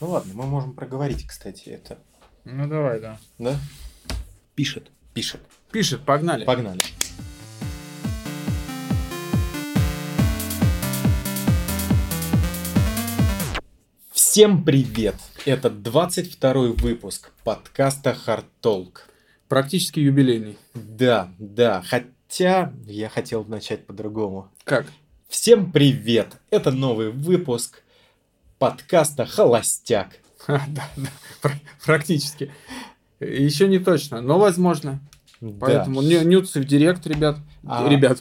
Ну ладно, мы можем проговорить, кстати, это. Ну давай, да. Да? Пишет. Пишет. Пишет, погнали. Погнали. Всем привет! Это 22-й выпуск подкаста Hard Talk. Практически юбилейный. Да, хотя я хотел начать по-другому. Как? Всем привет! Это новый выпуск подкаста «Холостяк». Да, практически. Еще не точно, но возможно. Поэтому нюцы в директ, ребят. Ребят.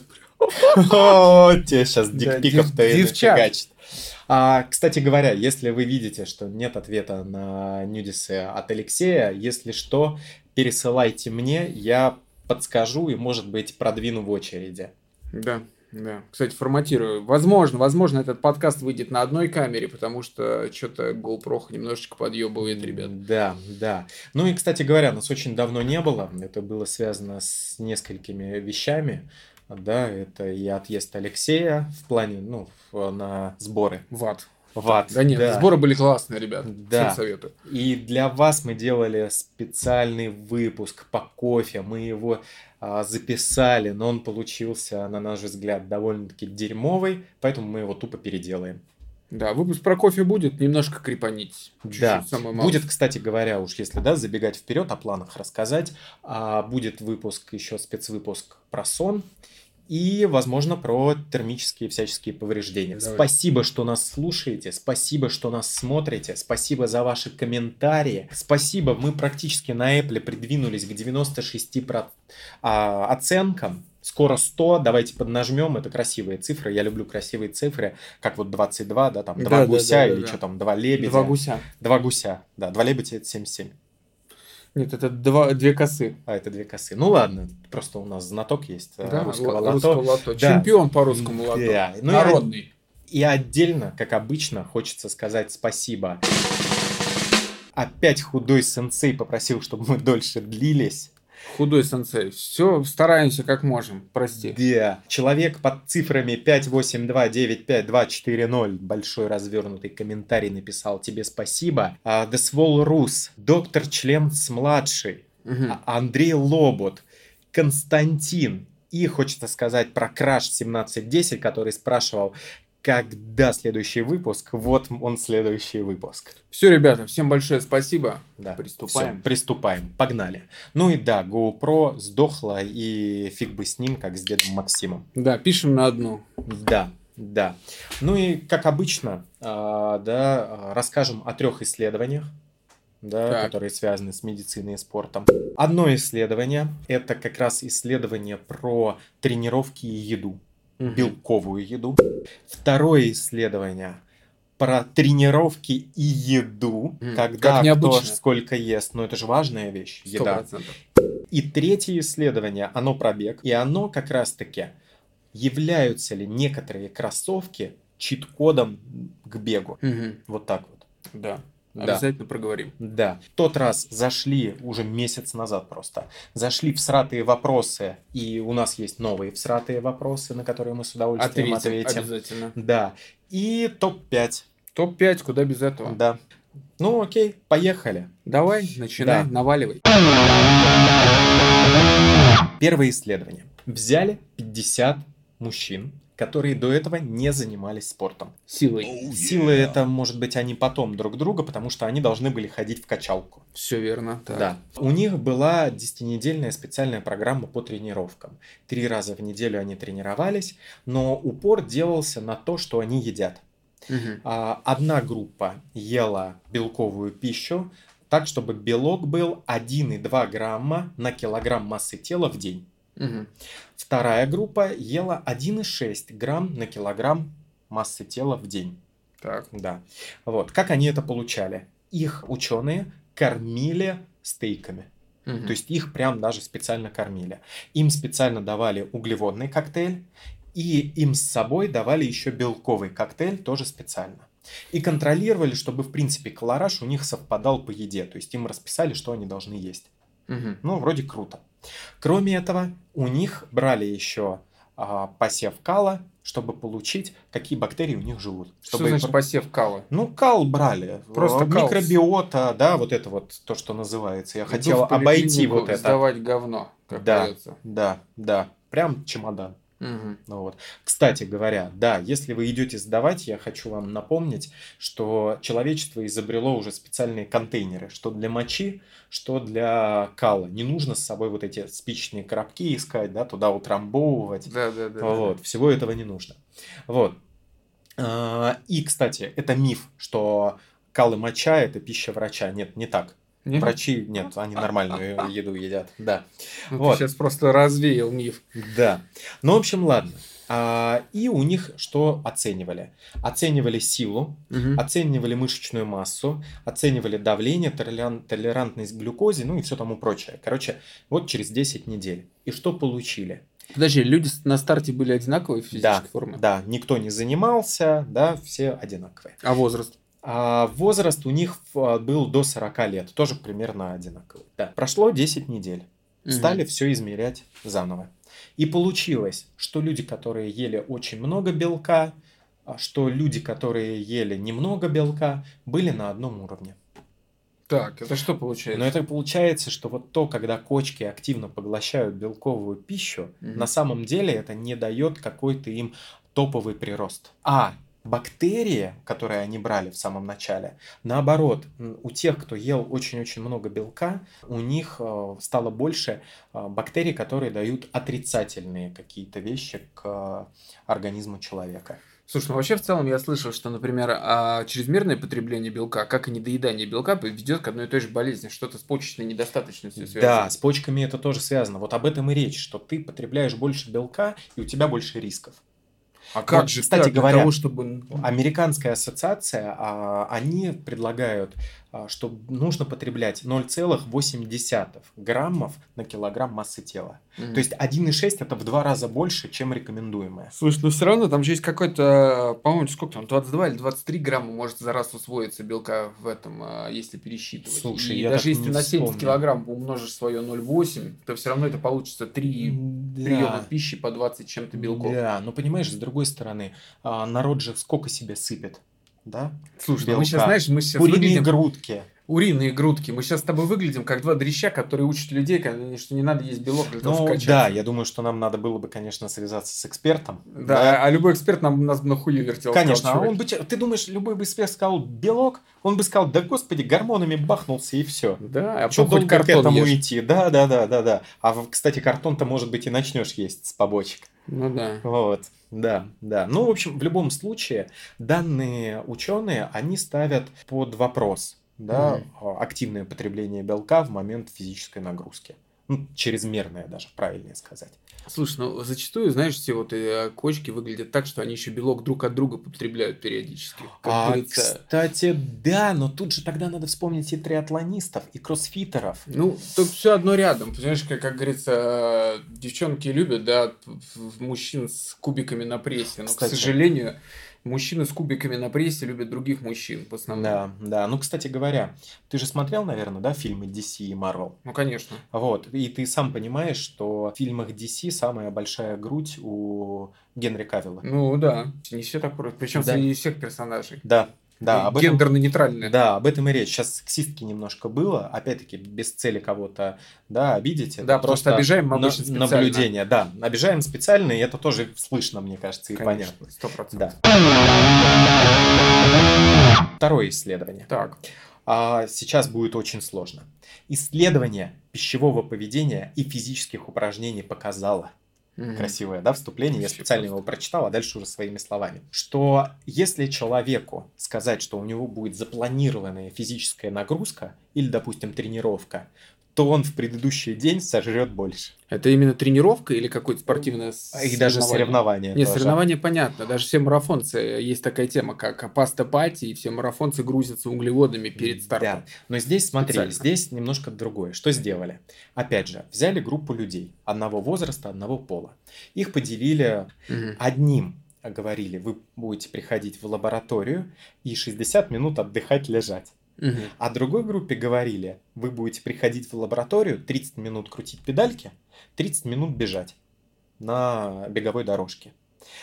О, тебе сейчас дикпиков-то и девчат. нафигачит. Кстати говоря, если вы видите, что нет ответа на нюдисы от Алексея, если что, пересылайте мне, я подскажу и, может быть, продвину в очереди. Да. Кстати, форматирую. Возможно, этот подкаст выйдет на одной камере, потому что что-то GoPro немножечко подъебывает, ребят. Да. Ну и, кстати говоря, нас очень давно не было. Это было связано с несколькими вещами. Да, это и отъезд Алексея в плане, на сборы. В ад. Да нет, сборы были классные, ребят. Да. Всем советую. И для вас мы делали специальный выпуск по кофе. Мы его записали, но он получился, на наш взгляд, довольно-таки дерьмовый, поэтому мы его тупо переделаем. Да, выпуск про кофе будет, немножко крепанить. Да, будет, кстати говоря, уж если забегать вперед, о планах рассказать, будет выпуск, еще спецвыпуск про сон. И, возможно, про термические всяческие повреждения. Давай. Спасибо, что нас слушаете. Спасибо, что нас смотрите. Спасибо за ваши комментарии. Спасибо, мы практически на Apple придвинулись к 96 оценкам. Скоро 100, давайте поднажмем, это красивые цифры, я люблю красивые цифры, как вот 22, да, там 2 гуся или что там, 2 лебедя. 2 гуся. 2 гуся, да, 2 лебедя это 77. Нет, это 2 косы. Это 2 косы. Ну ладно, просто у нас знаток есть русского лото. Да. Чемпион по русскому лото. Да. Народный. И отдельно, как обычно, хочется сказать спасибо. Опять худой сенсей попросил, чтобы мы дольше длились. Худой сенсей. Все, стараемся как можем. Прости. Да. Человек под цифрами 582955240. Большой развернутый комментарий написал. Тебе спасибо. The Swole Rus. Доктор Членц-младший. Андрей Лобот. Константин. И хочется сказать про Краш 1710, который спрашивал, когда следующий выпуск. Вот он, следующий выпуск. Все, ребята, всем большое спасибо. Да. Приступаем. Все, приступаем. Погнали. Ну и да, GoPro сдохла, и фиг бы с ним, как с дедом Максимом. Да, пишем на одну. Да. Ну и как обычно, расскажем о 3 исследованиях, которые связаны с медициной и спортом. Одно исследование – это как раз исследование про тренировки и еду. Белковую еду. Второе исследование про тренировки и еду, когда кто сколько ест. Но это же важная вещь, еда. 100%. И третье исследование, оно про бег. И оно как раз-таки, являются ли некоторые кроссовки чит-кодом к бегу. Вот так вот. Да. Обязательно проговорим. Да. В тот раз зашли, уже месяц назад просто, зашли всратые вопросы, и у нас есть новые всратые вопросы, на которые мы с удовольствием ответим. Обязательно. Да. И топ-5. Топ-5, куда без этого. Да. Ну окей, поехали. Давай, начинай, наваливай. Первое исследование. Взяли 50 мужчин, которые до этого не занимались спортом. Силой. Силы это, может быть, они потом друг друга, потому что они должны были ходить в качалку. Все верно. Так. Да. У них была 10-недельная специальная программа по тренировкам. 3 раза в неделю они тренировались, но упор делался на то, что они едят. Одна группа ела белковую пищу так, чтобы белок был 1,2 грамма на килограмм массы тела в день. Вторая группа ела 1,6 грамм на килограмм массы тела в день. Так. Да. Вот. Как они это получали? Их ученые кормили стейками. То есть их прям даже специально кормили. Им специально давали углеводный коктейль, и им с собой давали еще белковый коктейль, тоже специально. И контролировали, чтобы, в принципе, колораж у них совпадал по еде. То есть им расписали, что они должны есть. Ну, вроде круто. Кроме этого, у них брали еще посев кала, чтобы получить, какие бактерии у них живут. Что значит посев кала? Ну, кал брали. Просто микробиота, да, вот это вот то, что называется. Я хотел в обойти вот это. сдавать говно, как говорится. Да. Прям чемодан. Угу. Ну, вот. Кстати говоря, да, если вы идете сдавать, я хочу вам напомнить, что человечество изобрело уже специальные контейнеры, что для мочи, что для кала. Не нужно с собой вот эти спичечные коробки искать, да, туда утрамбовывать. Да. Вот, всего этого не нужно. Вот. И, кстати, это миф, что кал и моча – это пища врача. Нет, не так. Нет? Врачи, нет, они нормальную еду едят, да. Ну, вот. Ты сейчас просто развеял миф. Да. Ну, в общем, ладно. И у них что оценивали? Оценивали силу, оценивали мышечную массу, оценивали давление, толерантность к глюкозе, ну и все тому прочее. Короче, вот через 10 недель. И что получили? Подожди, люди на старте были одинаковые физической формы? Да, никто не занимался, да, все одинаковые. А возраст? Возраст у них был до 40 лет, тоже примерно одинаковый. Да. Прошло 10 недель, стали все измерять заново. И получилось, что люди, которые ели очень много белка, что люди, которые ели немного белка, были на одном уровне. Так, это что получается? Но это получается, что вот то, когда кочки активно поглощают белковую пищу, на самом деле это не дает какой-то им топовый прирост. Бактерии, которые они брали в самом начале, наоборот, у тех, кто ел очень-очень много белка, у них стало больше бактерий, которые дают отрицательные какие-то вещи к организму человека. Слушай, ну вообще в целом я слышал, что, например, чрезмерное потребление белка, как и недоедание белка, ведет к одной и той же болезни, что-то с почечной недостаточностью связано. Да, с почками это тоже связано. Вот об этом и речь, что ты потребляешь больше белка, и у тебя больше рисков. А как же, кстати так, говоря, для того, чтобы... Американская ассоциация, они предлагают, что нужно потреблять 0,8 граммов на килограмм массы тела. То есть 1,6 это в 2 раза больше, чем рекомендуемое. Слушай, но все равно там же есть какой-то, по-моему, сколько там, 22 или 23 грамма может за раз усвоиться белка в этом, если пересчитывать. Слушай, и я даже так если не на 70 вспомню. килограмм умножишь свое 0,8, то все равно это получится 3 приема пищи по 20 чем-то белков. Да, но понимаешь, с другой стороны, народ же сколько себе сыпет, да? Слушай, белка. мы сейчас, знаешь, Куриные выглядим... грудки. Уриные грудки. Мы сейчас с тобой выглядим как два дрища, которые учат людей, что не надо есть белок для того, чтобы качаться. Да, я думаю, что нам надо было бы, конечно, связаться с экспертом. Да, а любой эксперт нас бы на хую вертел. Конечно, сказал, ты думаешь, любой бы эксперт сказал белок, он бы сказал, да господи, гормонами бахнулся и все. Да, а что долго к этому идти? Да. Кстати, картон-то, может быть, и начнешь есть с побочек. Ну да. Вот, да. Ну, в общем, в любом случае, данные ученые, они ставят под вопрос, да, активное потребление белка в момент физической нагрузки. Ну, чрезмерное даже, правильнее сказать. Слушай, ну зачастую, знаешь, все вот кочки выглядят так, что они еще белок друг от друга потребляют периодически. Кстати, да, но тут же тогда надо вспомнить и триатлонистов, и кроссфитеров. Ну, тут все одно рядом. Понимаешь, как говорится, девчонки любят, да, мужчин с кубиками на прессе. Но, кстати, к сожалению, мужчины с кубиками на прессе любят других мужчин в основном. Да. Ну, кстати говоря, ты же смотрел, наверное, да, фильмы DC и Marvel? Ну, конечно. Вот. И ты сам понимаешь, что в фильмах DC самая большая грудь у Генри Кавилла. Ну, да. Не все так просто. Причем среди всех персонажей. Да. Гендерно-нейтральные. Да, об этом и речь. Сейчас сексистки немножко было. Опять-таки, без цели кого-то обидеть. Да, просто обижаем мы обычно специально. Наблюдение, да. Обижаем специально, и это тоже слышно, мне кажется, и конечно, понятно. 100%. Да. Второе исследование. Так. Сейчас будет очень сложно. Исследование пищевого поведения и физических упражнений показало, красивое, да, вступление, я специально его прочитал, а дальше уже своими словами, что если человеку сказать, что у него будет запланированная физическая нагрузка или, допустим, тренировка, то он в предыдущий день сожрет больше. Это именно тренировка или какое-то спортивное И даже соревнования. Нет, соревнования понятно. Даже все марафонцы, есть такая тема, как паста-пати, и все марафонцы грузятся углеводами перед стартом. Да, но здесь, смотри, здесь немножко другое. Что сделали? Опять же, взяли группу людей одного возраста, одного пола. Их поделили одним. Говорили, вы будете приходить в лабораторию и 60 минут отдыхать, лежать. А другой группе говорили, вы будете приходить в лабораторию, 30 минут крутить педальки, 30 минут бежать. на беговой дорожке.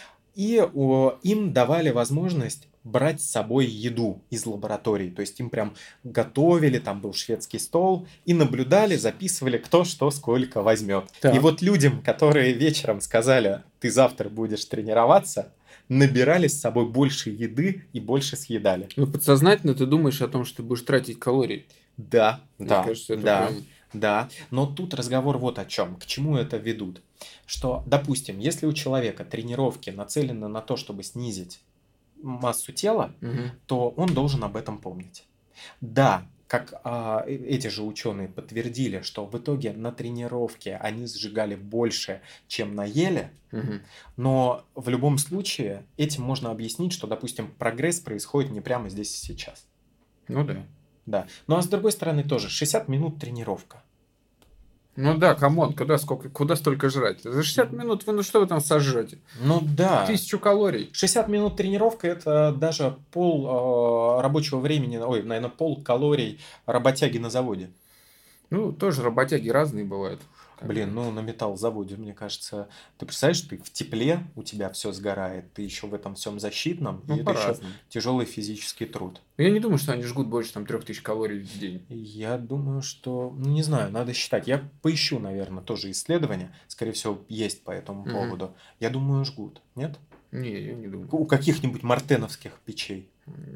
И им давали возможность брать с собой еду из лаборатории. То есть им прям готовили, там был шведский стол, и наблюдали, записывали, кто что сколько возьмет. Так. И вот людям, которые вечером сказали, ты завтра будешь тренироваться, набирали с собой больше еды и больше съедали. Ну, подсознательно ты думаешь о том, что ты будешь тратить калории. Да, Мне да, кажется, это да, прям... да. Но тут разговор вот о чем. К чему это ведут? Что, допустим, если у человека тренировки нацелены на то, чтобы снизить массу тела, Мгм. то он должен об этом помнить. Да, как эти же ученые подтвердили, что в итоге на тренировке они сжигали больше, чем на еле, Мгм. но в любом случае этим можно объяснить, что, допустим, прогресс происходит не прямо здесь и сейчас. Ну да. Да. Ну а с другой стороны тоже 60 минут тренировка. Ну да, камон, куда столько жрать? За 60 минут вы, ну что вы там сожрете? Ну да. 1000 калорий. 60 минут тренировка это даже пол рабочего времени, ой, наверное, пол калорий работяги на заводе. Ну, тоже работяги разные бывают. Блин, ну на металлзаводе, мне кажется, ты представляешь, ты в тепле, у тебя все сгорает, ты еще в этом всем защитном, Ну, и это еще по-разному. тяжелый физический труд. Я не думаю, что они жгут больше там 3000 калорий в день. Я думаю, что, ну не знаю, надо считать. Я поищу, наверное, тоже исследования, скорее всего, есть по этому Мгм. поводу. Я думаю, жгут, нет? Не, я не думаю. У каких-нибудь мартеновских печей,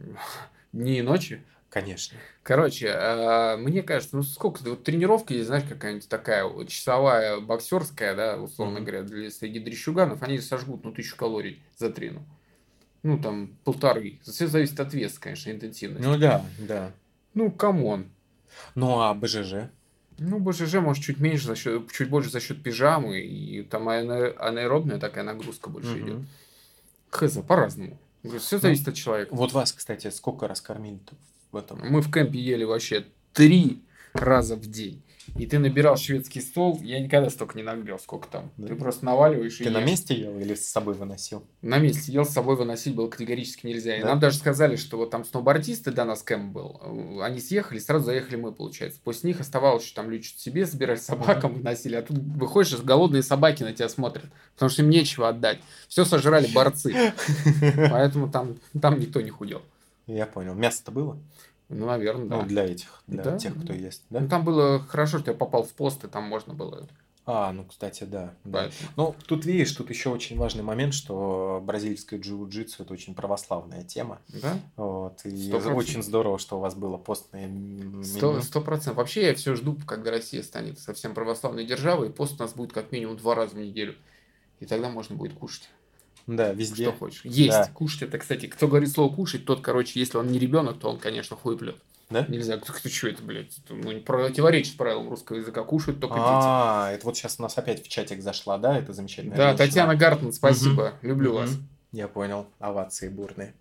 Дни и ночи. конечно. Короче, мне кажется, ну сколько, вот тренировка есть, знаешь, какая-нибудь такая вот часовая боксерская, да, условно Мгм. говоря, среди дрищуганов, они сожгут, ну, 1000 калорий за трену. Ну, там, 1,5. Все зависит от веса, конечно, интенсивности. Ну да, да. Ну, камон. Ну а БЖЖ? Ну, БЖЖ, может, чуть меньше чуть больше за счет пижамы, и там анаэробная такая нагрузка больше идет. Мгм. Хз, по-разному. Все Ну, зависит от человека. вот вас, кстати, сколько раз кормили-то в этом? Мы в кемпе ели вообще 3 раза в день. И ты набирал шведский стол, я никогда столько не набирал, сколько там. Да. Ты просто наваливаешь и Ты на ешь. месте ел или с собой выносил? На месте ел, с собой выносить было категорически нельзя. И Да? нам даже сказали, что вот там сноубордисты, да, нас кемп был, они съехали, сразу заехали мы, получается. После них оставалось, что там люди что-то себе собирали, собакам выносили, а тут выходишь, голодные собаки на тебя смотрят, потому что им нечего отдать. Все сожрали борцы, поэтому там никто не худел. Я понял. Мясо-то было? Ну, наверное, Ну, да. для этих, для Да. тех, кто ест, Ну, да? там было хорошо, что я попал в пост, и там можно было. Ну, кстати, да, да. Поэтому. Ну, тут видишь, тут еще очень важный момент, что бразильское джиу-джитсу это очень православная тема. Да? Вот, и 100%. очень здорово, что у вас было постное меню. 100%. Вообще я все жду, когда Россия станет совсем православной державой, и пост у нас будет как минимум 2 раза в неделю. И тогда можно будет кушать. Да, везде. Что хочешь. Есть. Да. Кушать это, кстати, кто говорит слово кушать, тот, короче, если он не ребенок, то он, конечно, хуй плет. Да? Нельзя. Кто что это, блядь? Это, ну, не противоречит правилам русского языка. Кушают только дети. Это вот сейчас у нас опять в чатик зашла, да, это замечательная Да, женщина. Татьяна Гартман, спасибо. Люблю вас. Я понял. Овации бурные.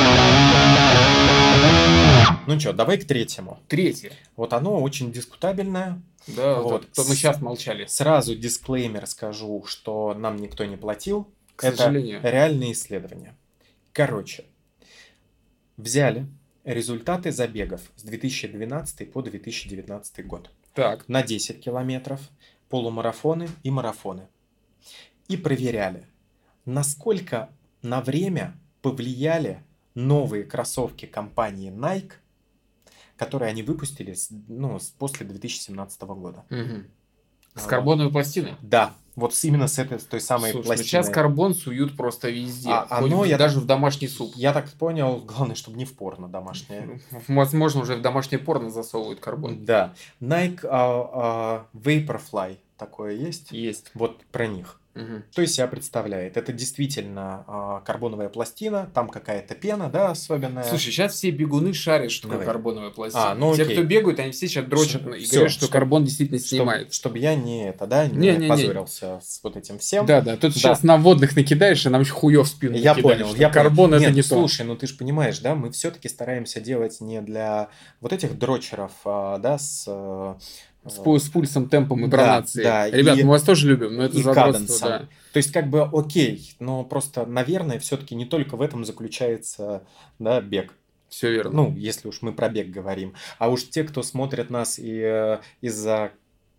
Ну что, давай к третьему. Третье. Вот оно очень дискутабельное. Да, Вот. вот. Мы сейчас молчали. Сразу дисклеймер скажу, что нам никто не платил. К Это сожалению. реальные исследования. Короче, взяли результаты забегов с 2012 по 2019 год. Так. На 10 километров, полумарафоны и марафоны. И проверяли, насколько на время повлияли новые кроссовки компании Nike, которые они выпустили после 2017 года. Угу. С Вот. карбоновой пластиной? Да, вот именно с той самой Слушай, пластиной. сейчас карбон суют просто везде. Даже в домашний суп. Я так понял, главное, чтобы не в порно домашнее. Возможно, уже в домашнее порно засовывают карбон. Да. Nike Vaporfly такое есть? Есть. Вот про них. Угу. Что из себя представляет? Это действительно карбоновая пластина, там какая-то пена, да, особенная. Слушай, сейчас все бегуны шарят, что такое Давай. карбоновая пластина. Окей. Те, кто бегают, они все сейчас дрочат и Всё, говорят, что чтоб- карбон действительно снимает. Чтобы я не Не-не-не. позорился с вот этим всем. Да, тут сейчас на водных накидаешь, и нам еще хуев в спину Я накидаешь, понял, что я карбон понял. это Нет, не то. слушай, ну ты же понимаешь, да, мы все-таки стараемся делать не для вот этих дрочеров, да, с пульсом, темпом и Да, пронацией. да, Ребят, и- мы вас тоже любим, но это и задротство, каденсом. да. То есть, как бы, окей, но просто, наверное, все-таки не только в этом заключается, да, бег. Все верно. Ну, если уж мы про бег говорим. А уж те, кто смотрят нас и из-за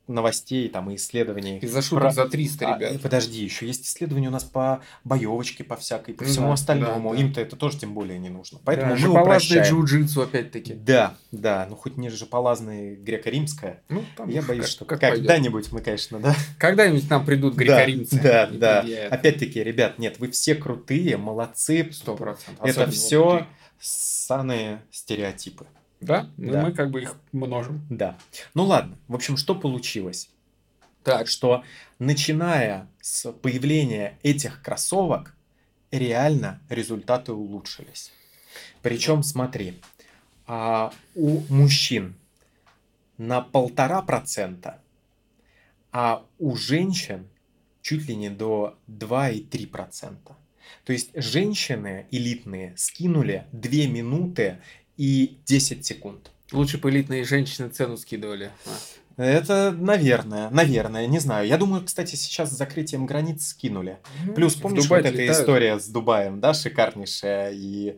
новостей там, и исследований. Из-за шуток за 300, ребят. Подожди, еще есть исследования у нас по боевочке, по всякой, по всему остальному. Им-то это тоже тем более не нужно. Поэтому мы упрощаем. джиу-джитсу, опять-таки. Да, ну хоть не жополазное греко-римское. Я боюсь, что когда-нибудь мы, конечно, да. Когда-нибудь нам придут греко-римцы. Да. Опять-таки, ребят, нет, вы все крутые, молодцы. 100%. Это все ссаные стереотипы. Да? Мы как бы их множим. Да. Ну ладно. В общем, что получилось? Так. Что начиная с появления этих кроссовок, реально результаты улучшились. Причем, смотри, у мужчин на 1,5%, а у женщин чуть ли не до 2,3%. То есть женщины элитные скинули 2 минуты и 10 секунд. Лучше бы элитные женщины цену скидывали. Это, наверное, не знаю. Я думаю, кстати, сейчас с закрытием границ скинули. Плюс, помнишь, вот эта история с Дубаем, да, шикарнейшая, и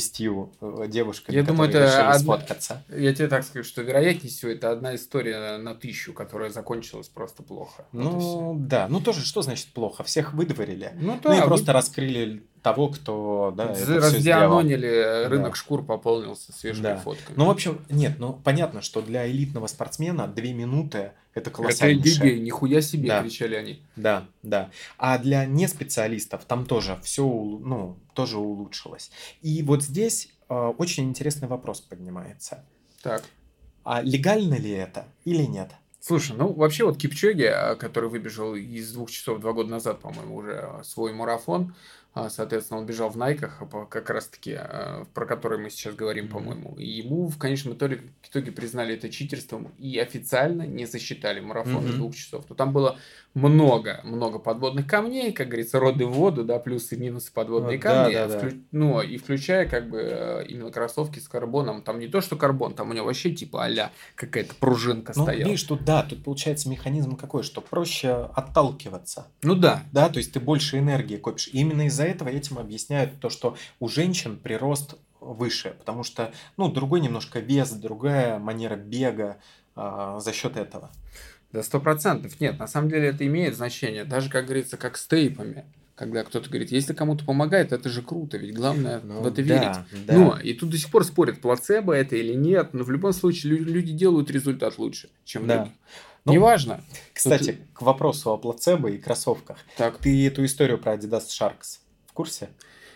10 девушками, которые решили сфоткаться. Я тебе так скажу, что вероятнее всего это одна история на 1000, которая закончилась просто плохо. Тоже, что значит плохо? Всех выдворили. И просто раскрыли того, кто, да, это все сделал. Рынок шкур пополнился свежими фотками. В общем, нет, понятно, что для элитного спортсмена 2 минуты это колоссальнейшее. Это эгегей, нихуя себе, кричали они. Да. А для неспециалистов там тоже все, тоже улучшилось. И вот здесь очень интересный вопрос поднимается. Так. А легально ли это или нет? Слушай, вообще вот Кипчоги, который выбежал из 2 часов 2 года назад, по-моему, уже свой марафон, соответственно, он бежал в Найках, как раз-таки, про который мы сейчас говорим, по-моему. И ему в конечном итоге признали это читерством и официально не засчитали марафон 2 часов. Но там было много подводных камней, как говорится, роды в воду, да, плюсы и минусы подводные камни. И включая как бы именно кроссовки с карбоном. Там не то, что карбон, там у него вообще типа а-ля какая-то пружинка стояла. Видишь, тут получается механизм какой, что проще отталкиваться. Да. Да, то есть ты больше энергии копишь. И именно из-за этого этим объясняют то, что у женщин прирост выше, потому что, другой немножко вес, другая манера бега за счет этого. Да, 100%. Нет, на самом деле это имеет значение. Даже, как говорится, как с тейпами. Когда кто-то говорит, если кому-то помогает, это же круто, ведь главное в это верить. Да. И тут до сих пор спорят, плацебо это или нет, но в любом случае люди делают результат лучше, чем другие. Неважно. Кстати, к вопросу о плацебо и кроссовках. Так. Ты эту историю про Adidas Sharks в курсе?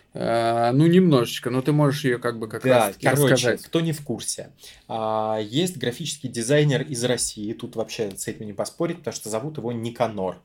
Немножечко, но ты можешь ее как раз рассказать. Кто не в курсе. Есть графический дизайнер из России, тут вообще с этим не поспорить, потому что зовут его Никанор.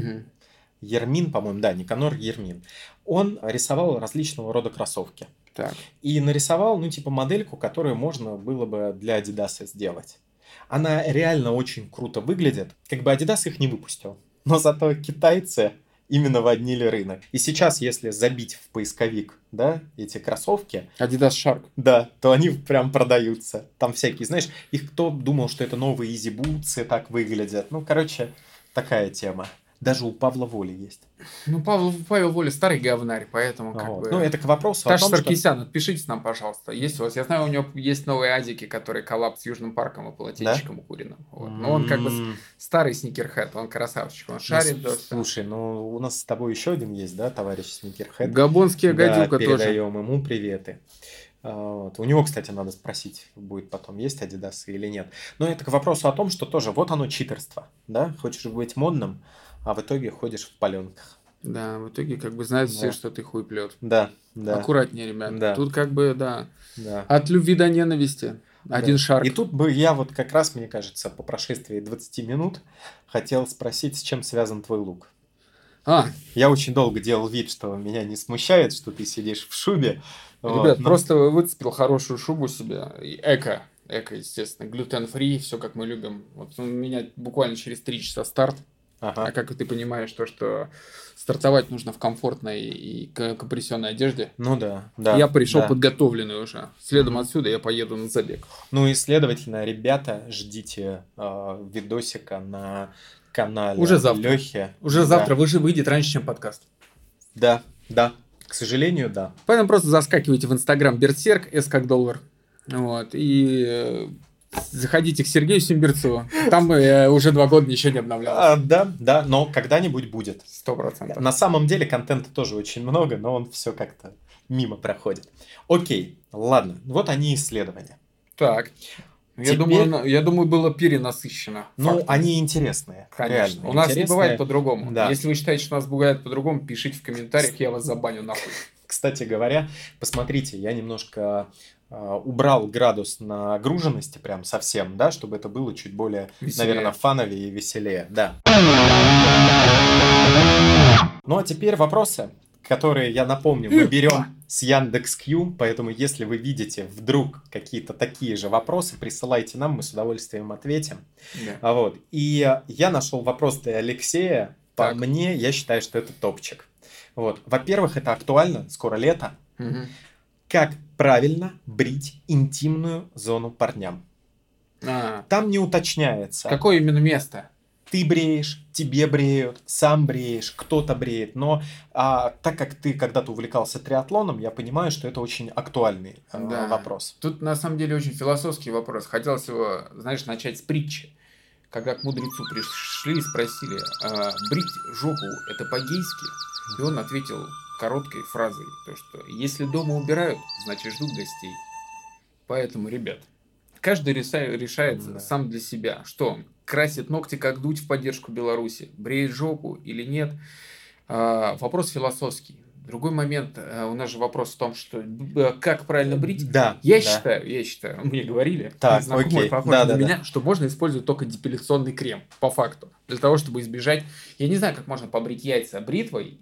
Ермин, по-моему, Никанор Ермин. Он рисовал различного рода кроссовки. Так. И нарисовал, модельку, которую можно было бы для Adidas сделать. Она реально очень круто выглядит. Как бы Adidas их не выпустил. Но зато китайцы именно вводнили рынок. И сейчас, если забить в поисковик, эти кроссовки... Adidas Shark. Да, то они прям продаются. Там всякие, знаешь, кто думал, что это новые Easy Boots так выглядят. Такая тема. Даже у Павла Воли есть. Павел Воля старый говнарь, поэтому это к вопросу о том, Саркисян, отпишитесь нам, пожалуйста. Есть у вас, я знаю, у него есть новые адики, которые коллаб с Южным парком и полотенчиком укуреным. Но он как бы старый сникерхед, он красавчик, он шарит. Слушай, у нас с тобой еще один есть, товарищ сникерхед. Габонский гадюка тоже. Передаем ему приветы. У него, кстати, надо спросить будет потом, есть Adidas или нет. Но это к вопросу о том, что тоже вот оно читерство. Хочешь быть модным, а в итоге ходишь в паленках. Да, в итоге знают все, что ты хуй плет. Да. Аккуратнее, ребят. Да. Тут от любви до ненависти. Один шаг. И тут бы я как раз, мне кажется, по прошествии 20 минут хотел спросить, с чем связан твой лук. Я очень долго делал вид, что меня не смущает, что ты сидишь в шубе. Ребят, просто выцепил хорошую шубу себе. Эко, естественно, глютен-фри, все как мы любим. Вот у меня буквально через 3 часа старт. А как ты понимаешь, что стартовать нужно в комфортной и компрессионной одежде? Да. Я пришел подготовленный уже. Следом отсюда я поеду на забег. И, следовательно, ребята, ждите видосика на канале уже завтра. Лёхи. Уже завтра выйдет раньше, чем подкаст. Да. К сожалению, да. Поэтому просто заскакивайте в Инстаграм Берсерк, S как доллар. И Заходите к Сергею Симбирцу. Там уже 2 года ничего не обновлялось. Да, но когда-нибудь будет. 100%. На самом деле контента тоже очень много, но он все как-то мимо проходит. Окей, ладно, вот они исследования. Так. Я думаю, было перенасыщено. Ну, фактами. они интересные. Конечно. Реально У нас интересные. не бывает по-другому. Да. Если вы считаете, что у нас бывает по-другому, пишите в комментариях, я вас забаню нахуй. Кстати говоря, посмотрите, я немножко убрал градус нагруженности прям совсем, да, чтобы это было чуть более, Веселее. наверное, фановее и веселее, да. Ну, а теперь вопросы, которые, я напомню, мы берем с Яндекс.Кью, поэтому если вы видите вдруг какие-то такие же вопросы, присылайте нам, мы с удовольствием ответим. Да. Вот. И я нашел вопрос для Алексея. По мне, я считаю, что это топчик. Вот. Во-первых, это актуально, скоро лето. Угу. Как правильно брить интимную зону парням? Там не уточняется. Какое именно место? Ты бреешь, тебе бреют, сам бреешь, кто-то бреет. Но так как ты когда-то увлекался триатлоном, я понимаю, что это очень актуальный вопрос. Тут на самом деле очень философский вопрос. Хотелось его, знаешь, начать с притчи. Когда к мудрецу пришли и спросили, брить жопу это по-гейски? И он ответил короткой фразой, то что если дома убирают, значит ждут гостей. Поэтому, ребят, каждый решает сам для себя, что он красит ногти как Дудь в поддержку Беларуси, бреет жопу или нет. Вопрос философский. Другой момент, у нас же вопрос в том, что как правильно брить. Да. Я считаю, мне говорили, знакомые похожи на меня, что можно использовать только депиляционный крем, по факту, для того, чтобы избежать. Я не знаю, как можно побрить яйца бритвой,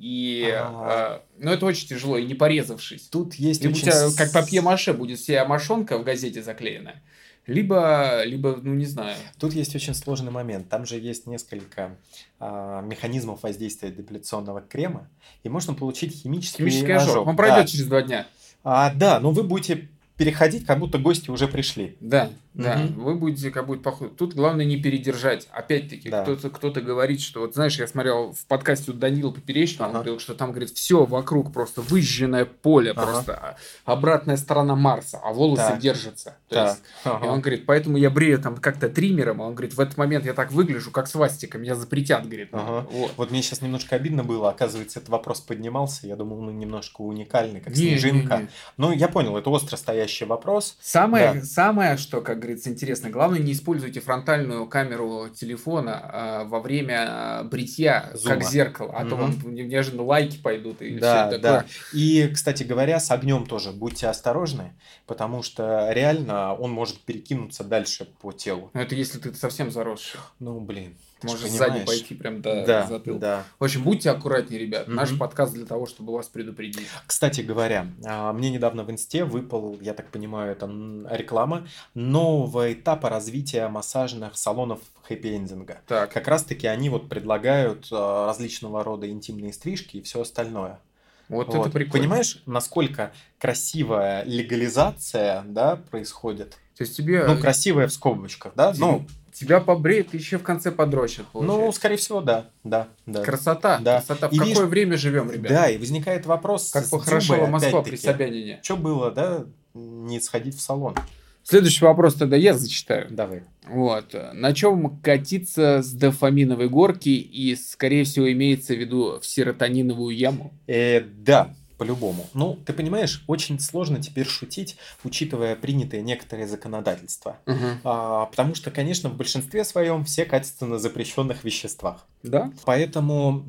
но это очень тяжело, и не порезавшись. Тут есть либо у тебя как папье-маше будет вся мошонка в газете заклеена, либо, ну не знаю. Тут есть очень сложный момент. Там же есть несколько механизмов воздействия депиляционного крема, и можно получить химический ожог. Он пройдет через 2 дня. Да, но вы будете переходить, как будто гости уже пришли. Да. Вы будете как будто похоже. Тут главное не передержать. Опять-таки, кто-то говорит, что вот знаешь, я смотрел в подкасте у Данила Поперечного, он говорил, что там, говорит, все вокруг просто выжженное поле, просто обратная сторона Марса, а волосы держатся. И он говорит, поэтому я брею там как-то триммером, а он говорит, в этот момент я так выгляжу, как свастика, меня запретят, говорит. Вот мне сейчас немножко обидно было, оказывается, этот вопрос поднимался, я думал, он немножко уникальный, как снежинка. Ну, я понял, это остро стоящий вопрос. Самое, что, как говорится, интересно, главное, не используйте фронтальную камеру телефона во время бритья, как зеркало, а то вам неожиданно лайки пойдут и все такое. Да. И, кстати говоря, с огнем тоже будьте осторожны, потому что реально он может перекинуться дальше по телу. Ну, это если ты совсем заросший. Ну, блин. Может сзади пойти прям до затылка. Да. В общем, будьте аккуратнее, ребят. Наш подкаст для того, чтобы вас предупредить. Кстати говоря, мне недавно в инсте выпал, я так понимаю, это реклама нового этапа развития массажных салонов хэппи-эндинга. Как раз-таки они вот предлагают различного рода интимные стрижки и все остальное. Вот это прикольно. Понимаешь, насколько красивая легализация, да, происходит? То есть тебе... Ну, красивая в скобочках, да? Тебя побреют и еще в конце подрощат, получается. Ну, скорее всего, да. Красота. В какое время живем, ребята? Да, и возникает вопрос, как похорошела Москва при Собянине. Что было, да, не сходить в салон? Следующий вопрос тогда я зачитаю. Давай. Вот. На чем катиться с дофаминовой горки и, скорее всего, имеется в виду в серотониновую яму? Да. По-любому. Ну, ты понимаешь, очень сложно теперь шутить, учитывая принятые некоторые законодательства. Потому что, конечно, в большинстве своем все катятся на запрещенных веществах. Да. Поэтому,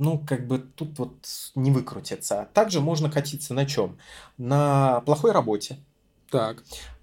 тут вот не выкрутиться. Также можно катиться на чем? На плохой работе. Так.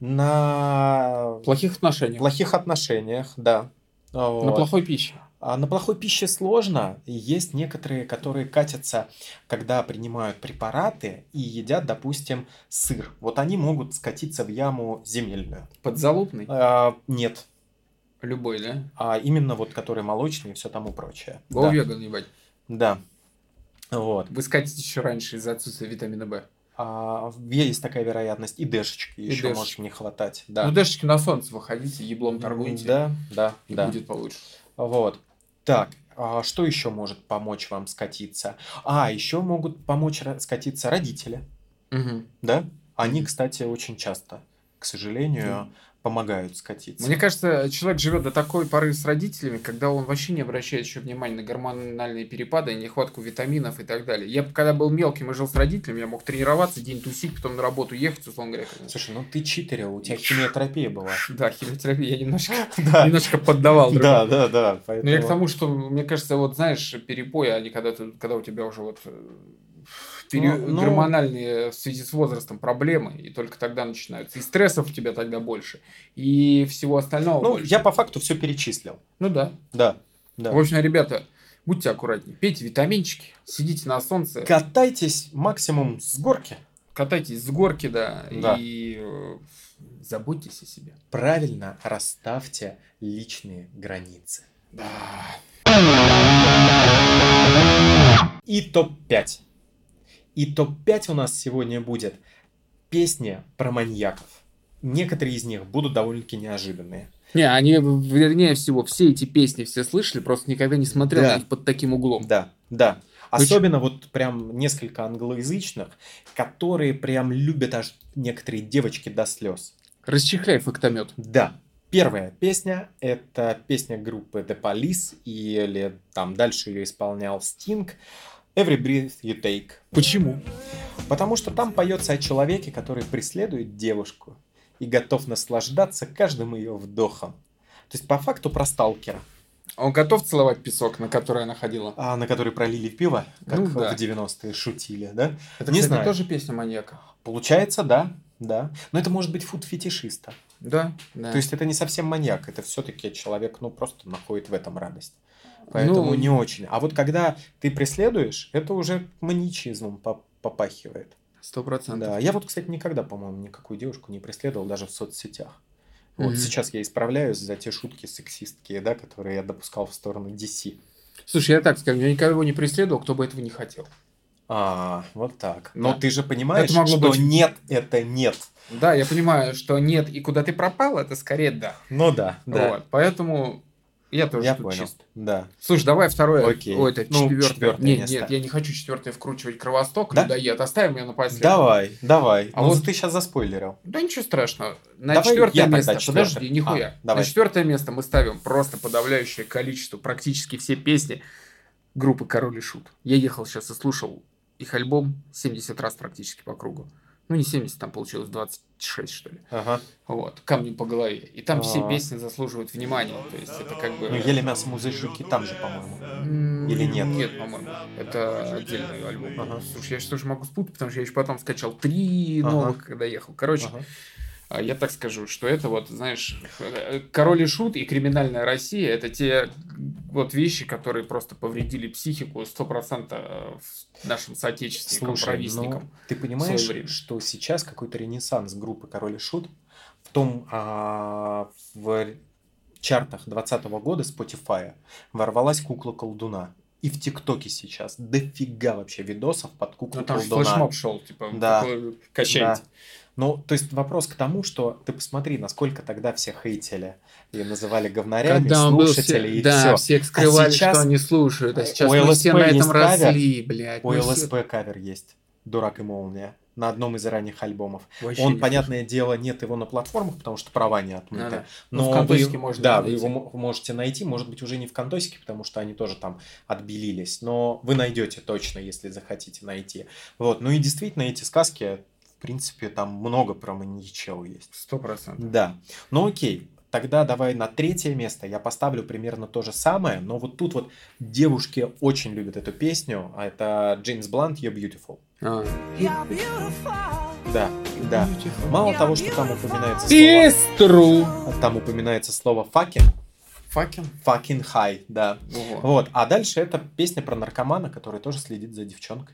На плохих отношениях, да. На плохой пище. На плохой пище сложно. Есть некоторые, которые катятся, когда принимают препараты и едят, допустим, сыр. Вот они могут скатиться в яму земельную. Подзалупный? Нет. Любой, да? Именно вот, который молочный и все тому прочее. Веган, ебать. Да. Вот. Вы скатитесь еще раньше из-за отсутствия витамина В. Есть такая вероятность. И дэшечки еще может не хватать. Да. Ну, дэшечки на солнце выходите, еблом торгуете. Да. И будет получше. Вот. Так, что еще может помочь вам скатиться? Еще могут помочь скатиться родители. Да? Они, кстати, очень часто, к сожалению, помогают скатиться. Мне кажется, человек живет до такой поры с родителями, когда он вообще не обращает еще внимания на гормональные перепады, нехватку витаминов и так далее. Я когда был мелким и жил с родителями, я мог тренироваться, день тусить, потом на работу ехать, условно говоря. Слушай, ну ты читерил, у тебя химиотерапия была. Да, химиотерапия я немножко поддавал. Да. Но я к тому, что, мне кажется, вот знаешь, перепои, они когда у тебя уже вот гормональные в связи с возрастом проблемы, и только тогда начинаются. И стрессов у тебя тогда больше, и всего остального больше. Я по факту все перечислил. Ну да. Да. В общем, ребята, будьте аккуратнее. Пейте витаминчики, сидите на солнце. Катайтесь максимум с горки. Катайтесь с горки, да. И заботьтесь о себе. Правильно расставьте личные границы. Да. И топ-5. И топ-5 у нас сегодня будет песни про маньяков. Некоторые из них будут довольно-таки неожиданные. Не, они, вернее всего, все эти песни все слышали, просто никогда не смотрел на них под таким углом. Да. Особенно вот прям несколько англоязычных, которые прям любят аж некоторые девочки до слез. Расчехляй фактомет. Да. Первая песня – это песня группы The Police, или там дальше ее исполнял Sting. Every Breath You Take. Почему? Потому что там поется о человеке, который преследует девушку и готов наслаждаться каждым ее вдохом. То есть по факту про сталкера. Он готов целовать песок, на который она ходила? На который пролили пиво, как в 90-е шутили, да? Это, не знаю. Тоже песня маньяка? Получается, да. Но это может быть фуд-фетишиста. Да. То есть это не совсем маньяк, это все-таки человек, просто находит в этом радость. Поэтому не очень. А вот когда ты преследуешь, это уже маньячизмом попахивает. 100%. Да. Я вот, кстати, никогда, по-моему, никакую девушку не преследовал, даже в соцсетях. Вот сейчас я исправляюсь за те шутки сексистские, да, которые я допускал в сторону DC. Слушай, я так скажу, я никого не преследовал, кто бы этого не хотел. Вот так. Но ты же понимаешь, что быть... нет, это нет. Да, я понимаю, что нет, и куда ты пропал, это скорее да. Ну да. Вот, поэтому я тоже тут понял. чист. Да. Слушай, давай второе. Окей. Это четвертое. Нет, я не хочу четвертое вкручивать Кровосток, да? людоед. Оставим ее напоследок. Давай. А вот ты сейчас заспойлерил. Да ничего страшного. На четвертое место. Подожди, нихуя. На четвертое место мы ставим просто подавляющее количество, практически все песни группы Король и Шут. Я ехал сейчас и слушал их альбом 70 раз практически по кругу. Не 70, там получилось 26, что ли. Вот, камнем по голове. И там все песни заслуживают внимания. То есть это как бы... Ели мясо музыки там же, по-моему. Или нет? Нет, по-моему. Это отдельный альбом. Слушай, я что же могу спутать, потому что я еще потом скачал 3 новых, когда ехал. Короче, я так скажу, что это вот, знаешь, Король и Шут и Криминальная Россия — это те вот вещи, которые просто повредили психику 100% нашим соотечественникам, провизникам. Ты понимаешь, что сейчас какой-то ренессанс группы Король и Шут в том, в чартах 2020 года Spotify ворвалась кукла колдуна. И в ТикТоке сейчас дофига вообще видосов под куклу колдуна. Там флешмоб шел, типа, качать. То есть вопрос к тому, что ты посмотри, насколько тогда все хейтили и называли говнарями, слушатели и все. Все скрывали, что они слушают, а сейчас мы все на этом росли, блядь. У ЛСП кавер есть «Дурак и молния» на одном из ранних альбомов. Вообще понятное дело, нет его на платформах, потому что права не отмыты. Но в Кантосике можно найти. Вы его можете найти, может быть, уже не в Кантосике, потому что они тоже там отбелились, но вы найдете точно, если захотите найти. И действительно, эти сказки, в принципе, там много про маньячел есть. 100%. Да. Окей. Тогда давай на третье место я поставлю примерно то же самое, но вот тут вот девушки очень любят эту песню, а это Джеймс Блант «You're Beautiful». Да. Мало того, что там упоминается слово fucking. Fucking high, да. Вот. А дальше это песня про наркомана, который тоже следит за девчонкой.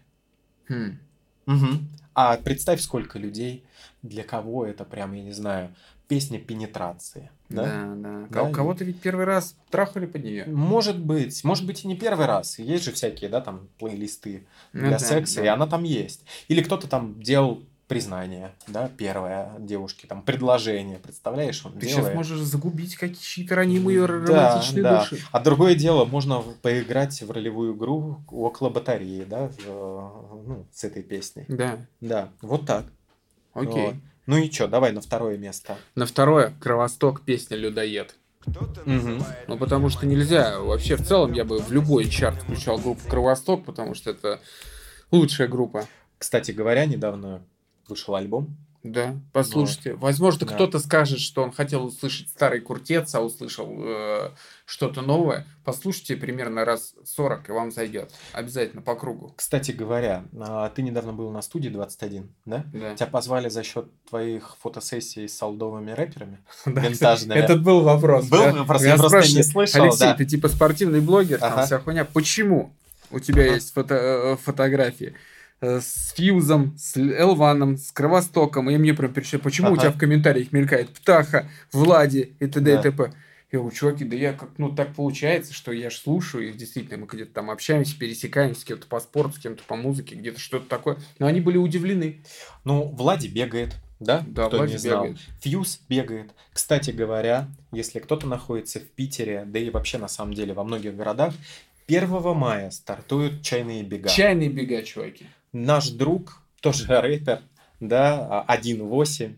А представь, сколько людей, для кого это прям, я не знаю, песня пенетрации. Да. Кого-то ведь первый раз трахали под нее. Может быть и не первый раз. Есть же всякие, там плейлисты для секса, и она там есть. Или кто-то там делал признание, первое девушке, там предложение, представляешь, он Ты делает. Сейчас можешь загубить какие-то ранимые романтичные души. А другое дело, можно поиграть в ролевую игру около батареи, с этой песней. Да. Вот так. Окей. Ну и что, давай на второе место. На второе Кровосток, песня «Людоед». Ну, потому что нельзя. Вообще, в целом, я бы в любой чарт включал группу Кровосток, потому что это лучшая группа. Кстати говоря, недавно вышел альбом. Да, послушайте. Возможно, да. кто-то скажет, что он хотел услышать старый Куртец, а услышал что-то новое. Послушайте примерно раз 40, и вам зайдет. Обязательно по кругу. Кстати говоря, ты недавно был на студии 21, да? Да. Тебя позвали за счет твоих фотосессий с олдовыми рэперами? Да, Винтажными. этот был вопрос. Был вопрос, я просто не слышал. Алексей, да. ты типа спортивный блогер, там Ага. вся хуйня. Почему у тебя есть фотографии с Фьюзом, с Элваном, с Кровостоком? И мне прям пришли, почему у тебя в комментариях мелькает Птаха, Влади и т.д. и т.п. Я говорю, чуваки, да я как, так получается, что я ж слушаю их, действительно, мы где-то там общаемся, пересекаемся с кем-то по спорту, с кем-то по музыке, где-то что-то такое. Но они были удивлены. Ну, Влади бегает, да? Да, кто Влади не знал. бегает. Фьюз бегает. Кстати говоря, если кто-то находится в Питере, да и вообще на самом деле во многих городах, 1 мая стартуют чайные бега. Чайные бега, чуваки. Наш друг, тоже рэпер, да, 1.8,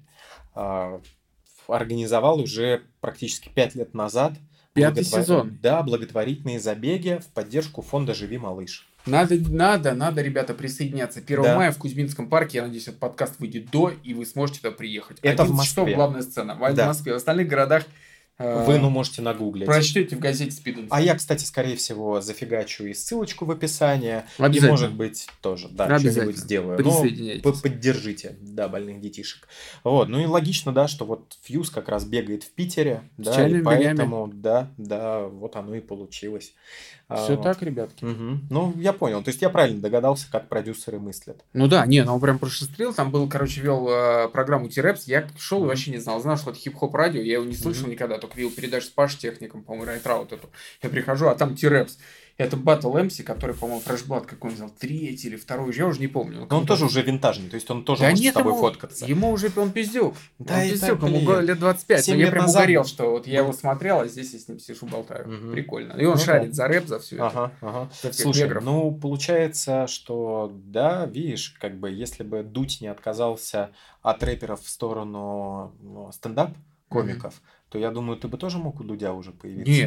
организовал уже практически 5 лет назад 5-й сезон. Да, благотворительные забеги в поддержку фонда «Живи, малыш». Надо, ребята, присоединяться. 1 мая в Кузьминском парке, я надеюсь, этот подкаст выйдет до, и вы сможете туда приехать. Это 11 в Москве. часов главная сцена. В Москве. В остальных городах вы, можете нагуглить. прочтете в газете Speed Info. А я, кстати, скорее всего, зафигачу и ссылочку в описании. И, может быть, тоже, да, что-нибудь сделаю. Присоединяйтесь. Но поддержите, да, больных детишек. Вот, ну и логично, да, что вот Фьюз как раз бегает в Питере, да, и поэтому, да, вот оно и получилось. Все так, ребятки. Ну, я понял. То есть я правильно догадался, как продюсеры мыслят. Ну да, он прям прошестрил. Там был, вел программу T-Reps. Я шел и вообще не знал. Знал, что это хип-хоп радио. Я его не слышал никогда. Только видел передачу с Паш Техником, по-моему, Райтраут эту. Я прихожу, а там T-Reps. Это Battle MC, который, по-моему, Фрешблад какой он взял, 3-й или 2-й, я уже не помню. Но он тоже уже винтажный, то есть он тоже может с тобой фоткаться. Ему уже, он пиздюк. Да, он пиздюк, ему лет 25. Но я прям угорел, что вот я его смотрел, а здесь я с ним сижу, болтаю. Прикольно. И он шарит за рэп, за все это. Слушай, ну, получается, что, да, видишь, как бы, если бы Дудь не отказался от рэперов в сторону стендап-комиков, то я думаю, ты бы тоже мог у Дудя уже появиться.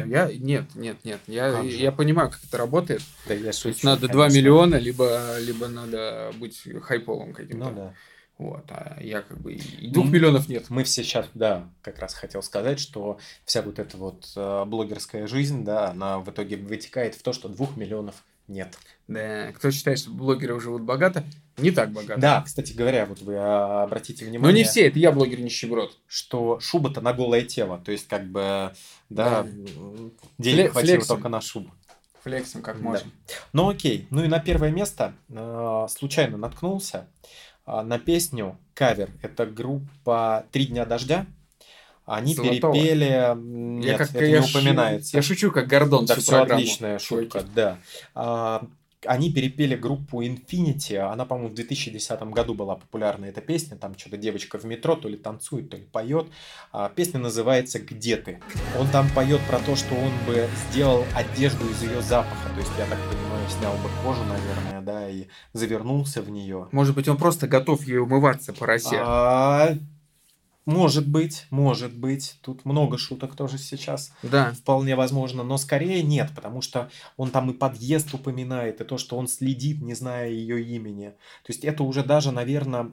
Нет. Я понимаю, как это работает. Да, я шучу. То есть надо 2 миллиона, либо надо быть хайповым каким-то. Ну да. Вот, а я как бы и 2 миллионов нет. Мы все сейчас, да, как раз хотел сказать, что вся вот эта вот блогерская жизнь, да, она в итоге вытекает в то, что 2 миллионов нет. Да, кто считает, что блогеры живут богато, не так богато. Да, кстати говоря, вот вы обратите внимание. Но не все, это я блогер нищеброд. Что шуба-то на голое тело, то есть как бы, да. Денег хватило только на шубу. Флексим как можем. Ну окей, ну и на первое место случайно наткнулся на песню кавер. Это группа «Три дня дождя». Они перепели... Нет, это не упоминается. Я шучу, как Гордон. Да, все отличная шутка, да. Они перепели группу Infinity. Она, по-моему, в 2010 году была популярна, эта песня. Там что-то девочка в метро то ли танцует, то ли поет. Песня называется «Где ты?». Он там поет про то, что он бы сделал одежду из ее запаха. То есть, я так понимаю, снял бы кожу, наверное, да, и завернулся в нее. Может быть, он просто готов ей умываться по росе. Может быть. Тут много шуток тоже сейчас. Да. Вполне возможно. Но скорее нет, потому что он там и подъезд упоминает, и то, что он следит, не зная ее имени. То есть это уже даже, наверное,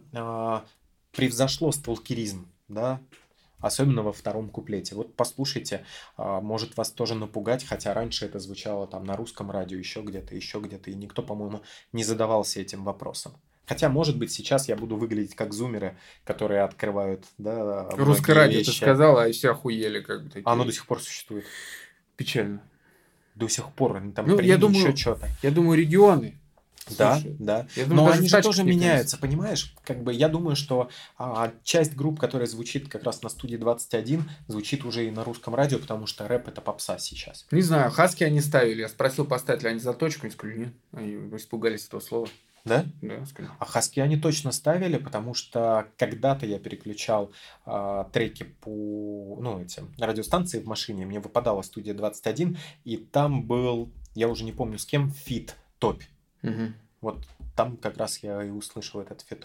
превзошло сталкеризм, да? Особенно во втором куплете. Вот послушайте, может вас тоже напугать, хотя раньше это звучало там на русском радио, еще где-то, и никто, по-моему, не задавался этим вопросом. Хотя, может быть, сейчас я буду выглядеть как зумеры, которые открывают, да, русское радио ты сказала, и все охуели как бы. Оно до сих пор существует. Печально. До сих пор. Они там я думаю, еще что-то. Я думаю, регионы. Да. Я думаю, но они же тоже меняются, понимаешь? Как бы я думаю, что часть групп, которая звучит как раз на студии 21, звучит уже и на русском радио, потому что рэп это попса сейчас. Не знаю, хаски они ставили. Я спросил, поставят ли они заточку, они сказали, нет. Они испугались этого слова. Да? Да, скажи. А хаски они точно ставили, потому что когда-то я переключал треки по этим радиостанции в машине, мне выпадала студия 21, и там был, я уже не помню с кем, фит Топь. Угу. Вот там как раз я и услышал этот фиток.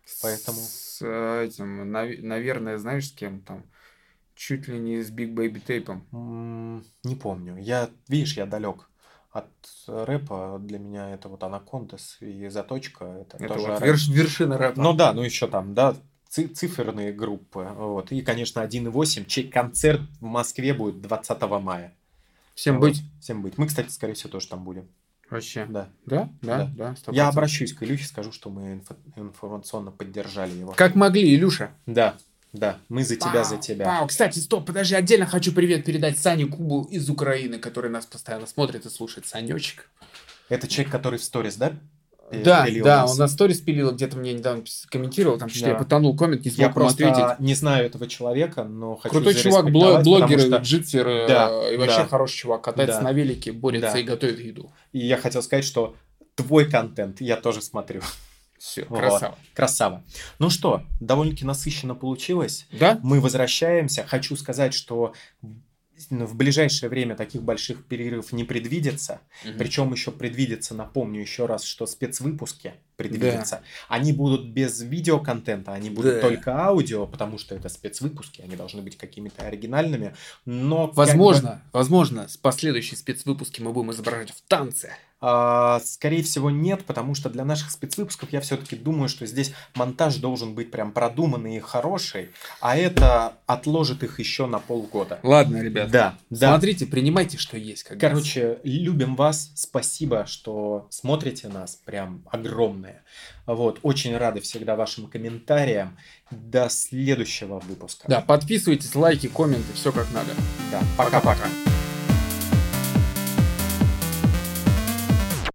Поэтому... С этим, наверное, знаешь, с кем там? Чуть ли не с Big Baby Tape'ом. Не помню. Видишь, я далек от рэпа. Для меня это вот Анакондас и Заточка. Это тоже вот рэп. вершина рэпа. Ну да, ну еще там, да, циферные группы. Вот. И, конечно, 1.8, чей концерт в Москве будет 20 мая. Всем Вот. быть. Всем быть. Мы, кстати, скорее всего, тоже там будем. Вообще. Да. Да? 100%. Я обращусь к Илюхе, скажу, что мы информационно поддержали его. Как могли, Илюша. Да. Мы за тебя, за тебя. Кстати, стоп, подожди, отдельно хочу привет передать Сане Кубу из Украины, который нас постоянно смотрит и слушает. Санечек. Это человек, который в сторис, да? Да, он на сторис пилил, где-то мне недавно комментировал, там что-то я потонул коммент, не смог ему ответить. Я просто не знаю этого человека, но хочу крутой чувак, блогер, джитсер, и вообще хороший чувак, катается на велике, борется и готовит еду. И я хотел сказать, что твой контент я тоже смотрю. Все, красава. Ну что, довольно-таки насыщенно получилось. Да? Мы возвращаемся. Хочу сказать, что в ближайшее время таких больших перерывов не предвидится. Причем еще предвидится, напомню еще раз, что спецвыпуски предвидятся. Они будут без видеоконтента, они будут только аудио, потому что это спецвыпуски, они должны быть какими-то оригинальными. Но возможно, последующие спецвыпуски мы будем изображать в танце. Скорее всего, нет, потому что для наших спецвыпусков я все-таки думаю, что здесь монтаж должен быть прям продуманный и хороший, а это отложит их еще на полгода. Ладно, ребят. Да. Смотрите, принимайте, что есть. Короче, любим вас. Спасибо, что смотрите нас. Прям огромное. Вот. Очень рады всегда вашим комментариям. До следующего выпуска. Да, подписывайтесь, лайки, комменты, все как надо. Да, пока-пока.